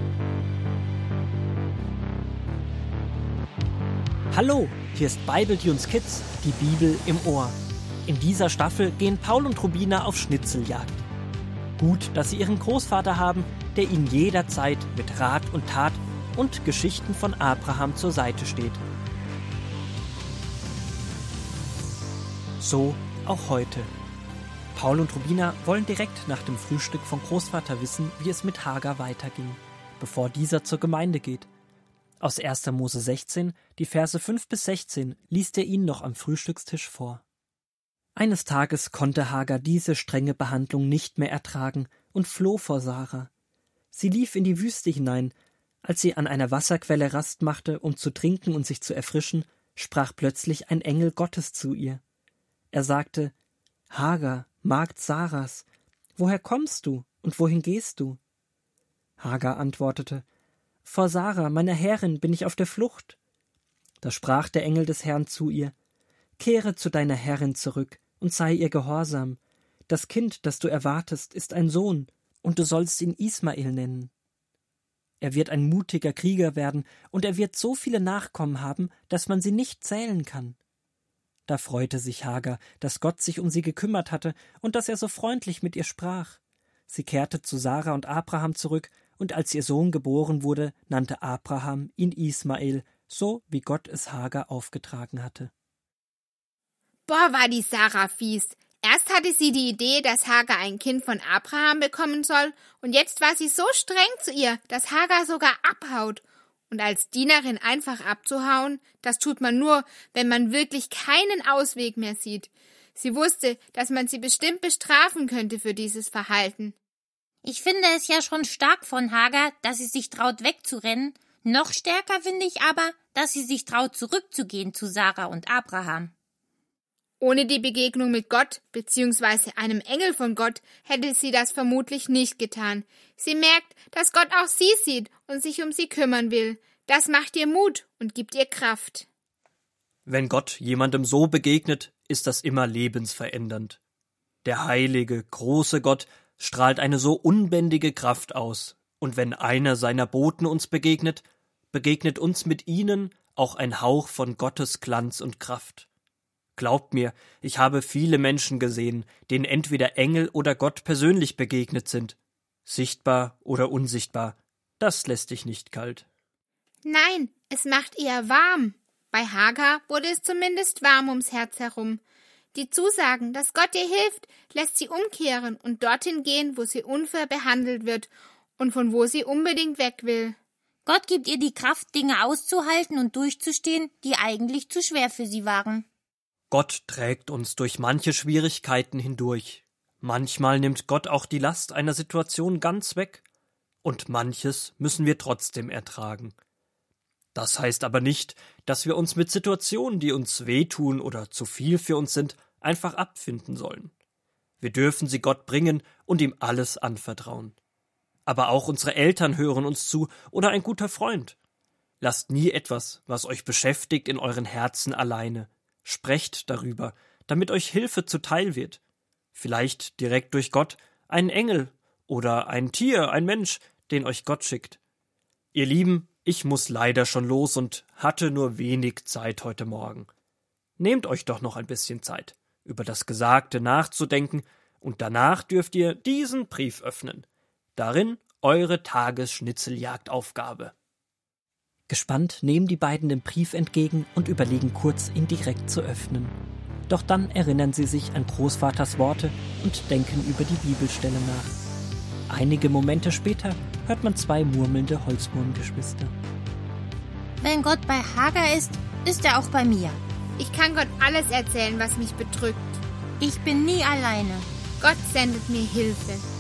Hallo, hier ist Bibletunes Kids, die Bibel im Ohr. In dieser Staffel gehen Paul und Rubina auf Schnitzeljagd. Gut, dass sie ihren Großvater haben, der ihnen jederzeit mit Rat und Tat und Geschichten von Abraham zur Seite steht. So auch heute. Paul und Rubina wollen direkt nach dem Frühstück von Großvater wissen, wie es mit Hagar weiterging, bevor dieser zur Gemeinde geht. Aus 1. Mose 16, die Verse 5 bis 16, liest er ihnen noch am Frühstückstisch vor. Eines Tages konnte Hagar diese strenge Behandlung nicht mehr ertragen und floh vor Sarah. Sie lief in die Wüste hinein. Als sie an einer Wasserquelle Rast machte, um zu trinken und sich zu erfrischen, sprach plötzlich ein Engel Gottes zu ihr. Er sagte: Hagar, Magd Sarahs, woher kommst du und wohin gehst du? Hagar antwortete: Vor Sarah, meiner Herrin, bin ich auf der Flucht. Da sprach der Engel des Herrn zu ihr: Kehre zu deiner Herrin zurück und sei ihr gehorsam. Das Kind, das du erwartest, ist ein Sohn, und du sollst ihn Ismael nennen. Er wird ein mutiger Krieger werden, und er wird so viele Nachkommen haben, dass man sie nicht zählen kann. Da freute sich Hagar, dass Gott sich um sie gekümmert hatte und dass er so freundlich mit ihr sprach. Sie kehrte zu Sarah und Abraham zurück, und als ihr Sohn geboren wurde, nannte Abraham ihn Ismael, so wie Gott es Hagar aufgetragen hatte. Boah, war die Sarah fies. Erst hatte sie die Idee, dass Hagar ein Kind von Abraham bekommen soll, und jetzt war sie so streng zu ihr, dass Hagar sogar abhaut. Und als Dienerin einfach abzuhauen, das tut man nur, wenn man wirklich keinen Ausweg mehr sieht. Sie wusste, dass man sie bestimmt bestrafen könnte für dieses Verhalten. Ich finde es ja schon stark von Hagar, dass sie sich traut, wegzurennen. Noch stärker finde ich aber, dass sie sich traut, zurückzugehen zu Sarah und Abraham. Ohne die Begegnung mit Gott bzw. einem Engel von Gott hätte sie das vermutlich nicht getan. Sie merkt, dass Gott auch sie sieht und sich um sie kümmern will. Das macht ihr Mut und gibt ihr Kraft. Wenn Gott jemandem so begegnet, ist das immer lebensverändernd. Der heilige, große Gott strahlt eine so unbändige Kraft aus, und wenn einer seiner Boten uns begegnet, begegnet uns mit ihnen auch ein Hauch von Gottes Glanz und Kraft. Glaubt mir, ich habe viele Menschen gesehen, denen entweder Engel oder Gott persönlich begegnet sind. Sichtbar oder unsichtbar, das lässt dich nicht kalt. Nein, es macht eher warm. Bei Hagar wurde es zumindest warm ums Herz herum. Die Zusagen, dass Gott ihr hilft, lässt sie umkehren und dorthin gehen, wo sie unfair behandelt wird und von wo sie unbedingt weg will. Gott gibt ihr die Kraft, Dinge auszuhalten und durchzustehen, die eigentlich zu schwer für sie waren. Gott trägt uns durch manche Schwierigkeiten hindurch. Manchmal nimmt Gott auch die Last einer Situation ganz weg. Und manches müssen wir trotzdem ertragen. Das heißt aber nicht, dass wir uns mit Situationen, die uns wehtun oder zu viel für uns sind, einfach abfinden sollen. Wir dürfen sie Gott bringen und ihm alles anvertrauen. Aber auch unsere Eltern hören uns zu oder ein guter Freund. Lasst nie etwas, was euch beschäftigt, in euren Herzen alleine. Sprecht darüber, damit euch Hilfe zuteil wird. Vielleicht direkt durch Gott, einen Engel oder ein Tier, ein Mensch, den euch Gott schickt. Ihr Lieben, ich muss leider schon los und hatte nur wenig Zeit heute Morgen. Nehmt euch doch noch ein bisschen Zeit, über das Gesagte nachzudenken, und danach dürft ihr diesen Brief öffnen. Darin eure Tagesschnitzeljagdaufgabe. Gespannt nehmen die beiden den Brief entgegen und überlegen kurz, ihn direkt zu öffnen. Doch dann erinnern sie sich an Großvaters Worte und denken über die Bibelstelle nach. Einige Momente später hört man zwei murmelnde Holzwurmgeschwister. Wenn Gott bei Hagar ist, ist er auch bei mir. Ich kann Gott alles erzählen, was mich bedrückt. Ich bin nie alleine. Gott sendet mir Hilfe.